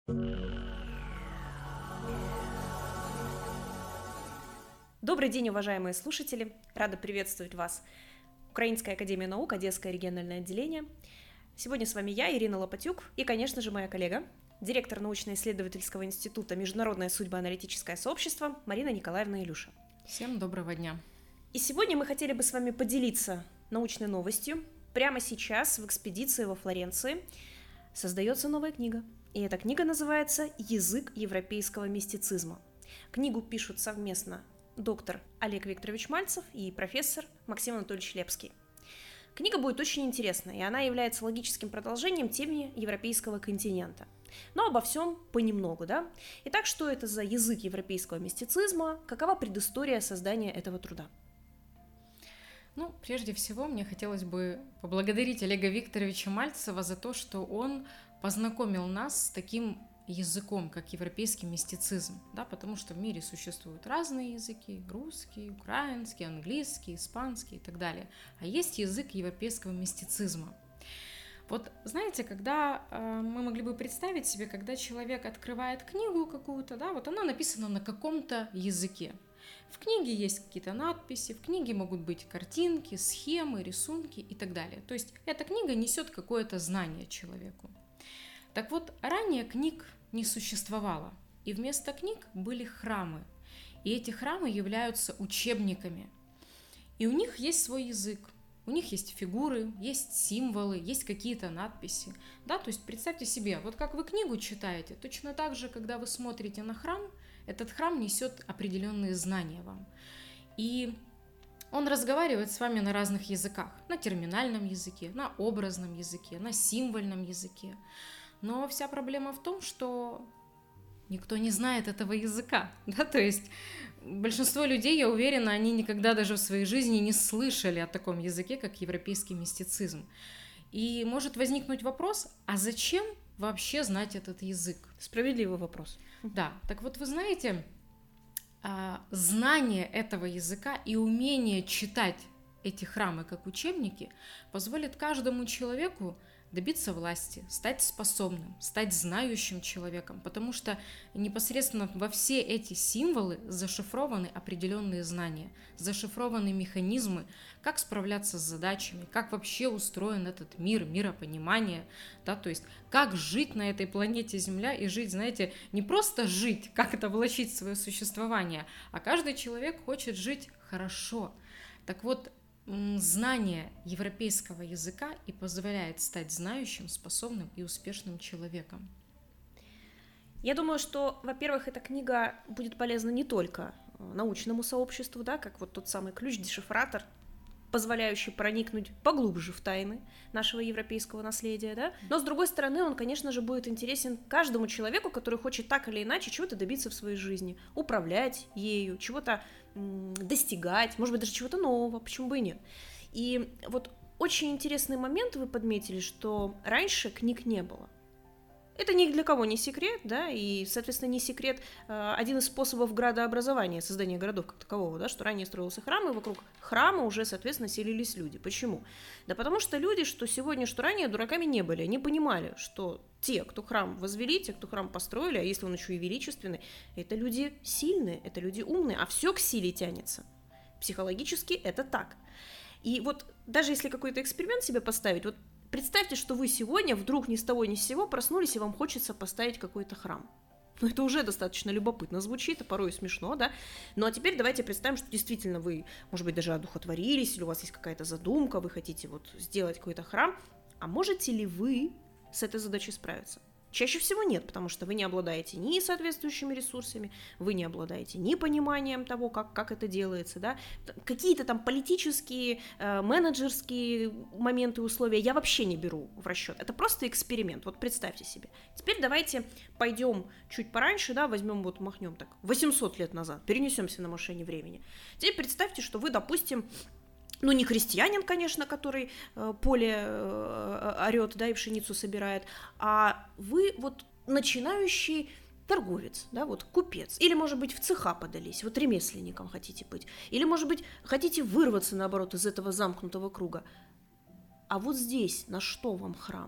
Добрый день, уважаемые слушатели! Рада приветствовать вас. Украинская академия наук, Одесское региональное отделение. Сегодня с вами я, Ирина Лопатюк, и, конечно же, моя коллега, директор научно-исследовательского института «Международное судьбоаналитическое сообщество» Марина Николаевна Илюша. Всем доброго дня! И сегодня мы хотели бы с вами поделиться научной новостью. Прямо сейчас в экспедиции во Флоренции создается новая книга. И эта книга называется «Язык европейского мистицизма». Книгу пишут совместно доктор Олег Викторович Мальцев и профессор Максим Анатольевич Лепский. Книга будет очень интересной, и она является логическим продолжением темы европейского континента. Но обо всем понемногу, да? Итак, что это за язык европейского мистицизма? Какова предыстория создания этого труда? Прежде всего, мне хотелось бы поблагодарить Олега Викторовича Мальцева за то, что он познакомил нас с таким языком, как европейский мистицизм, да, потому что в мире существуют разные языки: русский, украинский, английский, испанский и так далее. А есть язык европейского мистицизма. Вот знаете, когда мы могли бы представить себе, когда человек открывает книгу какую-то, да, вот она написана на каком-то языке. В книге есть какие-то надписи, в книге могут быть картинки, схемы, рисунки и так далее. То есть эта книга несет какое-то знание человеку. Так вот, ранее книг не существовало, и вместо книг были храмы. И эти храмы являются учебниками. И у них есть свой язык, у них есть фигуры, есть символы, есть какие-то надписи. Да, то есть представьте себе, вот как вы книгу читаете, точно так же, когда вы смотрите на храм, этот храм несет определенные знания вам. И он разговаривает с вами на разных языках: на терминальном языке, на образном языке, на символьном языке. Но вся проблема в том, что никто не знает этого языка. Да? То есть большинство людей, я уверена, они никогда даже в своей жизни не слышали о таком языке, как европейский мистицизм. И может возникнуть вопрос, а зачем вообще знать этот язык? Справедливый вопрос. Да, так вот вы знаете, знание этого языка и умение читать эти храмы как учебники позволит каждому человеку добиться власти, стать способным, стать знающим человеком, потому что непосредственно во все эти символы зашифрованы определенные знания, зашифрованы механизмы, как справляться с задачами, как вообще устроен этот мир, миропонимание, да, то есть как жить на этой планете Земля и жить, знаете, не просто жить, как это влачить свое существование, а каждый человек хочет жить хорошо. Так вот, знание европейского языка и позволяет стать знающим, способным и успешным человеком. Я думаю, что, во-первых, эта книга будет полезна не только научному сообществу, да, как вот тот самый ключ-дешифратор, позволяющий проникнуть поглубже в тайны нашего европейского наследия, да? Но, с другой стороны, он, конечно же, будет интересен каждому человеку, который хочет так или иначе чего-то добиться в своей жизни, управлять ею, чего-то достигать, может быть, даже чего-то нового, почему бы и нет. И вот очень интересный момент вы подметили, что раньше книг не было. Это ни для кого не секрет, да, и, соответственно, не секрет один из способов градообразования, создания городов как такового, да, что ранее строился храм, и вокруг храма уже, соответственно, селились люди. Почему? Да потому что люди, что сегодня, что ранее, дураками не были, они понимали, что те, кто храм возвели, те, кто храм построили, а если он еще и величественный, это люди сильные, это люди умные, а все к силе тянется. Психологически это так. И вот даже если какой-то эксперимент себе поставить, вот представьте, что вы сегодня вдруг ни с того ни с сего проснулись, и вам хочется поставить какой-то храм. Это уже достаточно любопытно звучит, а порой и смешно, да? Ну а теперь давайте представим, что действительно вы, может быть, даже одухотворились, или у вас есть какая-то задумка, вы хотите вот сделать какой-то храм. А можете ли вы с этой задачей справиться? Чаще всего нет, потому что вы не обладаете ни соответствующими ресурсами, вы не обладаете ни пониманием того, как это делается, да, какие-то там политические, менеджерские моменты, условия я вообще не беру в расчет, это просто эксперимент, вот представьте себе. Теперь давайте пойдем чуть пораньше, да, возьмем вот, махнем так, 800 лет назад, перенесемся на машине времени. Теперь представьте, что вы, допустим, не крестьянин, конечно, который поле орет, да, и пшеницу собирает, а вы вот начинающий торговец, да, вот купец, или, может быть, в цеха подались, вот ремесленником хотите быть, или, может быть, хотите вырваться, наоборот, из этого замкнутого круга. А вот здесь на что вам храм?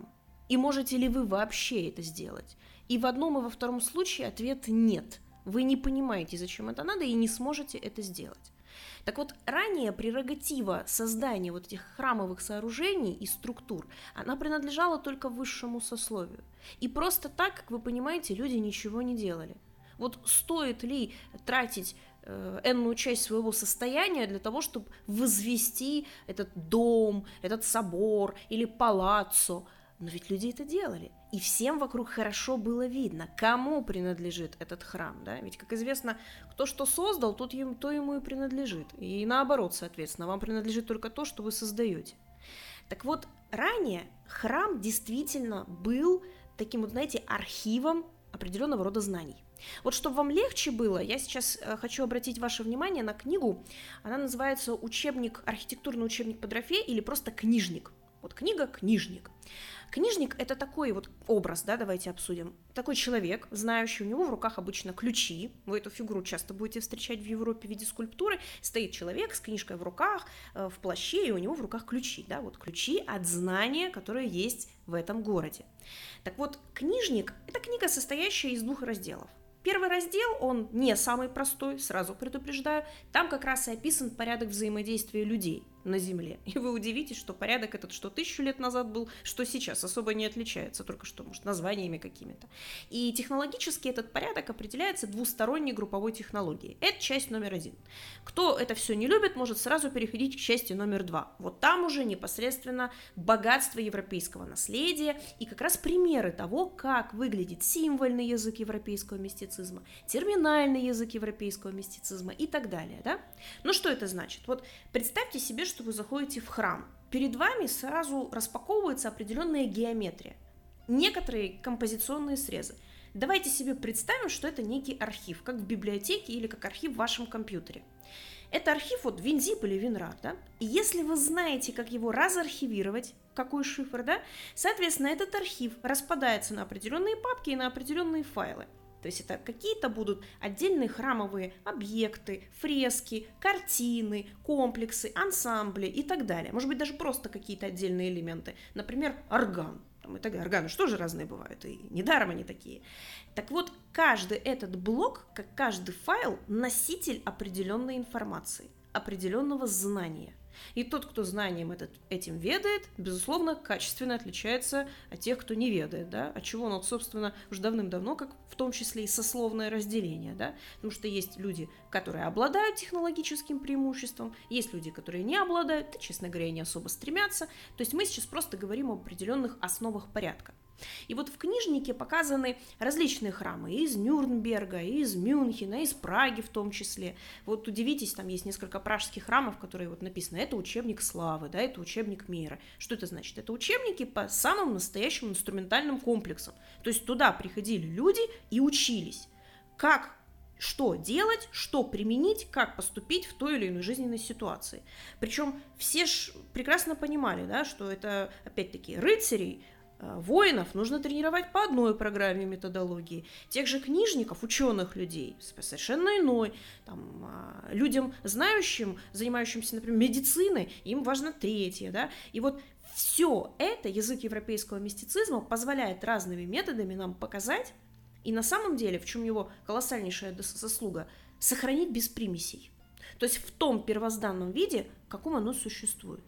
И можете ли вы вообще это сделать? И в одном и во втором случае ответ нет. Вы не понимаете, зачем это надо, и не сможете это сделать. Так вот, ранее прерогатива создания вот этих храмовых сооружений и структур, она принадлежала только высшему сословию. И просто так, как вы понимаете, люди ничего не делали. Вот стоит ли тратить энную часть своего состояния для того, чтобы возвести этот дом, этот собор или палаццо? Но ведь люди это делали, и всем вокруг хорошо было видно, кому принадлежит этот храм, да? Ведь, как известно, кто что создал, то ему и принадлежит, и наоборот, соответственно, вам принадлежит только то, что вы создаете. Так вот, ранее храм действительно был таким вот, знаете, архивом определенного рода знаний. Вот чтобы вам легче было, я сейчас хочу обратить ваше внимание на книгу, она называется «Архитектурный учебник по Дорофею» или просто «Книжник». Вот книга «Книжник». Книжник – это такой вот образ, да, давайте обсудим. Такой человек, знающий, у него в руках обычно ключи. Вы эту фигуру часто будете встречать в Европе в виде скульптуры. Стоит человек с книжкой в руках, в плаще, и у него в руках ключи, да, вот ключи от знания, которые есть в этом городе. Так вот, книжник – это книга, состоящая из 2 разделов. Первый раздел, он не самый простой, сразу предупреждаю. Там как раз и описан порядок взаимодействия людей на Земле. И вы удивитесь, что порядок этот что 1000 лет назад был, что сейчас особо не отличается, только что, может, названиями какими-то. И технологически этот порядок определяется двусторонней групповой технологией. Это часть номер 1. Кто это все не любит, может сразу переходить к части номер 2. Вот там уже непосредственно богатство европейского наследия и как раз примеры того, как выглядит символьный язык европейского мистицизма, терминальный язык европейского мистицизма и так далее. Да? Ну что это значит? Вот представьте себе, что вы заходите в храм. Перед вами сразу распаковывается определенная геометрия, некоторые композиционные срезы. Давайте себе представим, что это некий архив, как в библиотеке или как архив в вашем компьютере. Это архив вот WinZip или WinRAR, да? И если вы знаете, как его разархивировать, какой шифр, да, соответственно, этот архив распадается на определенные папки и на определенные файлы. То есть это какие-то будут отдельные храмовые объекты, фрески, картины, комплексы, ансамбли и так далее. Может быть, даже просто какие-то отдельные элементы. Например, орган. И так далее. Органы же тоже разные бывают, и недаром они такие. Так вот, каждый этот блок, как каждый файл, носитель определенной информации, определенного знания. И тот, кто знанием этим ведает, безусловно, качественно отличается от тех, кто не ведает, да, от чего оно, собственно, уже давным-давно, как в том числе и сословное разделение, да, потому что есть люди, которые обладают технологическим преимуществом, есть люди, которые не обладают, и, честно говоря, не особо стремятся, то есть мы сейчас просто говорим об определенных основах порядка. И вот в книжнике показаны различные храмы из Нюрнберга, из Мюнхена, из Праги в том числе. Вот удивитесь, там есть несколько пражских храмов, которые вот написано, это учебник славы, да, это учебник мира. Что это значит? Это учебники по самым настоящим инструментальным комплексам. То есть туда приходили люди и учились, как что делать, что применить, как поступить в той или иной жизненной ситуации. Причем все прекрасно понимали, да, что это, опять-таки, рыцарей, воинов нужно тренировать по одной программе методологии, тех же книжников, ученых людей, совершенно иной, там, людям, знающим, занимающимся, например, медициной, им важно третье, да, и вот все это язык европейского мистицизма позволяет разными методами нам показать, и на самом деле, в чем его колоссальнейшая заслуга, сохранить без примесей, то есть в том первозданном виде, в каком оно существует.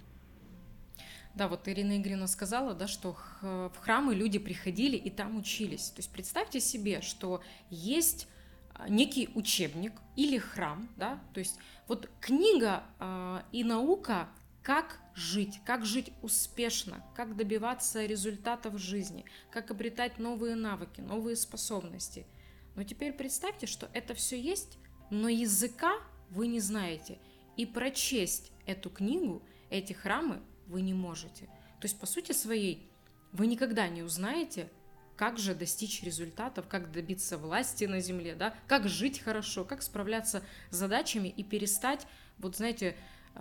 Да, вот Ирина Игоревна сказала, да, что в храмы люди приходили и там учились. То есть представьте себе, что есть некий учебник или храм, да, то есть вот книга и наука, как жить успешно, как добиваться результатов в жизни, как обретать новые навыки, новые способности. Но теперь представьте, что это все есть, но языка вы не знаете. И прочесть эту книгу, эти храмы вы не можете. То есть, по сути своей, вы никогда не узнаете, как же достичь результатов, как добиться власти на земле, да, как жить хорошо, как справляться с задачами и перестать, вот знаете,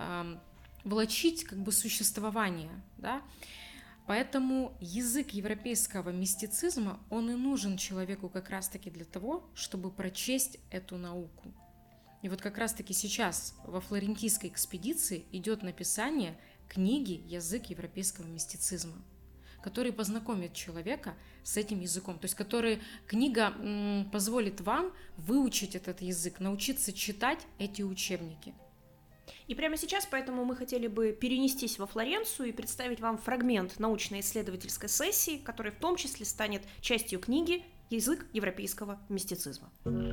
влачить как бы существование, да. Поэтому язык европейского мистицизма, он и нужен человеку как раз-таки для того, чтобы прочесть эту науку. И вот как раз-таки сейчас во флорентийской экспедиции идет написание книги «Язык европейского мистицизма». который познакомит человека с этим языком, то есть книга позволит вам выучить этот язык, научиться читать эти учебники. И прямо сейчас поэтому мы хотели бы перенестись во Флоренцию и представить вам фрагмент научно-исследовательской сессии, который в том числе станет частью книги «Язык европейского мистицизма».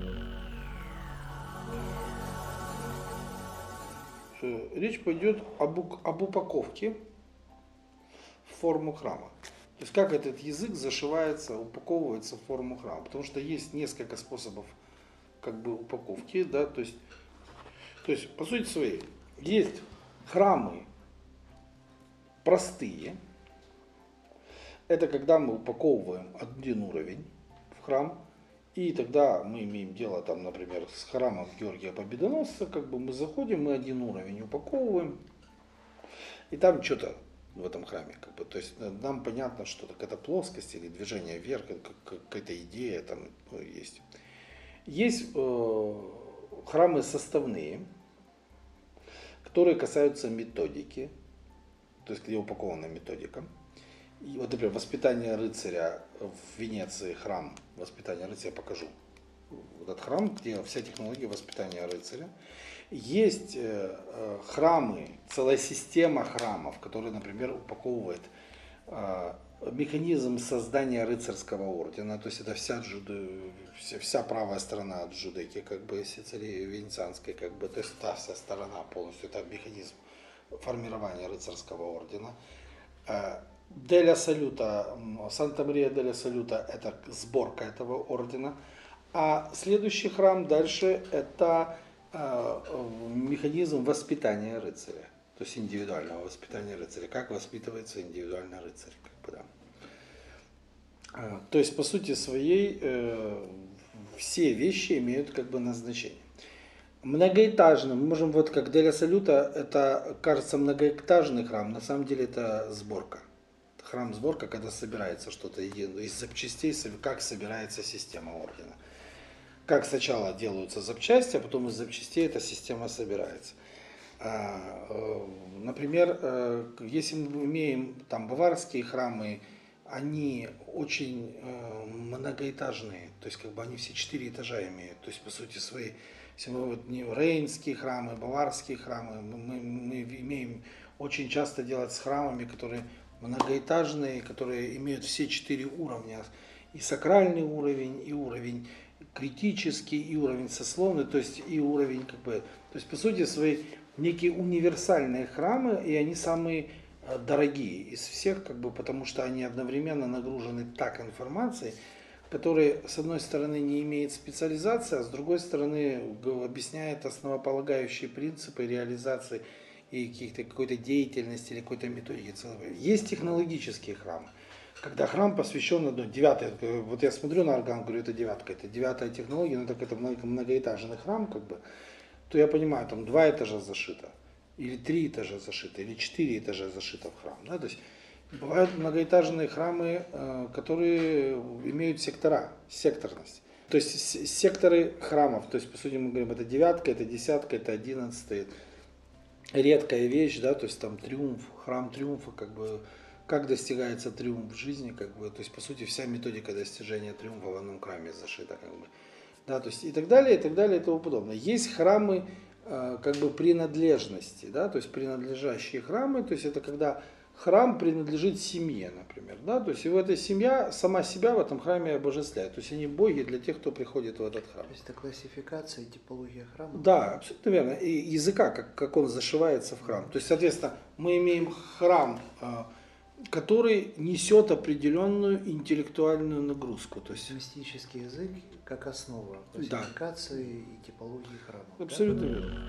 Речь пойдет об упаковке в форму храма. То есть как этот язык зашивается, упаковывается в форму храма. Потому что есть несколько способов упаковки. Да? То есть по сути своей есть храмы простые. Это когда мы упаковываем один уровень в храм. И тогда мы имеем дело, там, например, с храмом Георгия Победоносца, мы заходим, мы один уровень упаковываем, и там что-то в этом храме, то есть нам понятно, что какая-то плоскость или движение вверх, какая-то идея там есть. Есть храмы составные, которые касаются методики, то есть где упакована методика. И вот, например, воспитание рыцаря в Венеции, храм воспитания рыцаря, покажу. Вот этот храм, где вся технология воспитания рыцаря. Есть храмы, целая система храмов, которые, например, упаковывает механизм создания рыцарского ордена. То есть это вся правая сторона от Джудейки, Сицилии Венецианской, то есть та вся сторона полностью, это механизм формирования рыцарского ордена. Деля Салюта, Санта-Мария Деля Салюта – это сборка этого ордена. А следующий храм дальше – это механизм воспитания рыцаря, то есть индивидуального воспитания рыцаря. Как воспитывается индивидуальный рыцарь. То есть, по сути своей, все вещи имеют назначение. Многоэтажный, мы можем, как Деля Салюта, это кажется многоэтажный храм, на самом деле это сборка. Храм-сборка, когда собирается что-то из запчастей, как собирается система ордена. Как сначала делаются запчасти, а потом из запчастей эта система собирается. Например, если мы имеем там баварские храмы, они очень многоэтажные, то есть они все 4 этажа имеют. То есть по сути своей, если мы рейнские храмы, баварские храмы, мы имеем очень часто делать с храмами, которые многоэтажные, которые имеют все 4 уровня, и сакральный уровень, и уровень критический, и уровень сословный, то есть и уровень то есть по сути свои некие универсальные храмы, и они самые дорогие из всех, потому что они одновременно нагружены так информацией, которая с одной стороны не имеет специализации, а с другой стороны объясняет основополагающие принципы реализации и какой-то деятельности или какой-то методики. Есть технологические храмы. Когда храм посвящен одной, 9, вот я смотрю на орган, говорю, это 9, это 9 технология, но так это многоэтажный храм, то я понимаю, там 2 этажа зашито, или 3 этажа зашито, или 4 этажа зашито в храм. Да? То есть бывают многоэтажные храмы, которые имеют секторность. То есть секторы храмов, то есть по сути мы говорим, это 9, это 10, это 11. Редкая вещь, да, то есть там триумф, храм триумфа, как достигается триумф в жизни, то есть по сути вся методика достижения триумфа в одном храме зашита, да, то есть и так далее, и тому подобное. Есть храмы принадлежности, да, то есть принадлежащие храмы, то есть это когда храм принадлежит семье, например, да, то есть и эта семья сама себя в этом храме обожествляет, то есть они боги для тех, кто приходит в этот храм. То есть это классификация, типология храма? Да, абсолютно верно. И языка, как он зашивается в храм. То есть, соответственно, мы имеем храм, который несет определенную интеллектуальную нагрузку. То есть мистический язык как основа классификации и типологии храма. Абсолютно верно.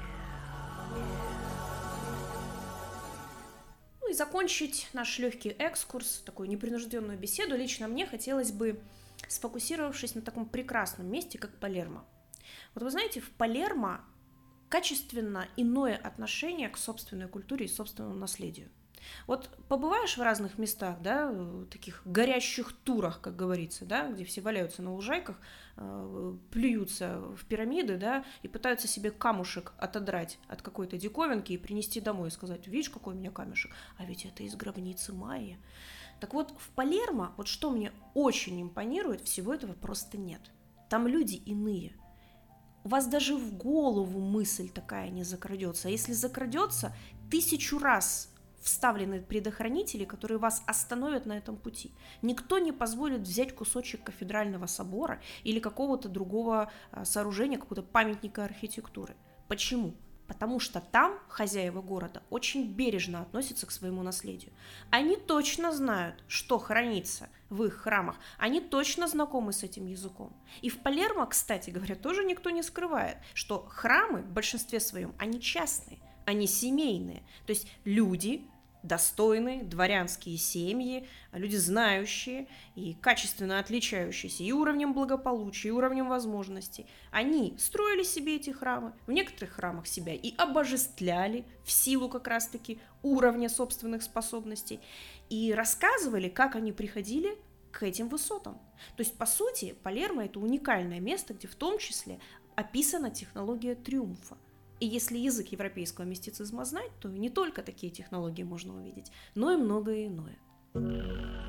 Ну и закончить наш легкий экскурс, такую непринужденную беседу, лично мне хотелось бы, сфокусировавшись на таком прекрасном месте, как Палермо. Вот вы знаете, в Палермо качественно иное отношение к собственной культуре и собственному наследию. Вот побываешь в разных местах, да, таких горящих турах, как говорится, да, где все валяются на лужайках, плюются в пирамиды, да, и пытаются себе камушек отодрать от какой-то диковинки и принести домой и сказать: видишь, какой у меня камешек, а ведь это из гробницы Майя. Так вот, в Палермо, вот что мне очень импонирует, всего этого просто нет. Там люди иные. У вас даже в голову мысль такая не закрадется. А если закрадется, 1000 раз вставлены предохранители, которые вас остановят на этом пути. Никто не позволит взять кусочек кафедрального собора или какого-то другого сооружения, какого-то памятника архитектуры. Почему? Потому что там хозяева города очень бережно относятся к своему наследию. Они точно знают, что хранится в их храмах. Они точно знакомы с этим языком. И в Палермо, кстати говоря, тоже никто не скрывает, что храмы в большинстве своем, они частные, они семейные. То есть люди достойные, дворянские семьи, люди знающие и качественно отличающиеся и уровнем благополучия, и уровнем возможностей. Они строили себе эти храмы, в некоторых храмах себя и обожествляли в силу как раз-таки уровня собственных способностей, и рассказывали, как они приходили к этим высотам. То есть, по сути, Палермо – это уникальное место, где в том числе описана технология триумфа. И если язык европейского мистицизма знать, то не только такие технологии можно увидеть, но и многое иное.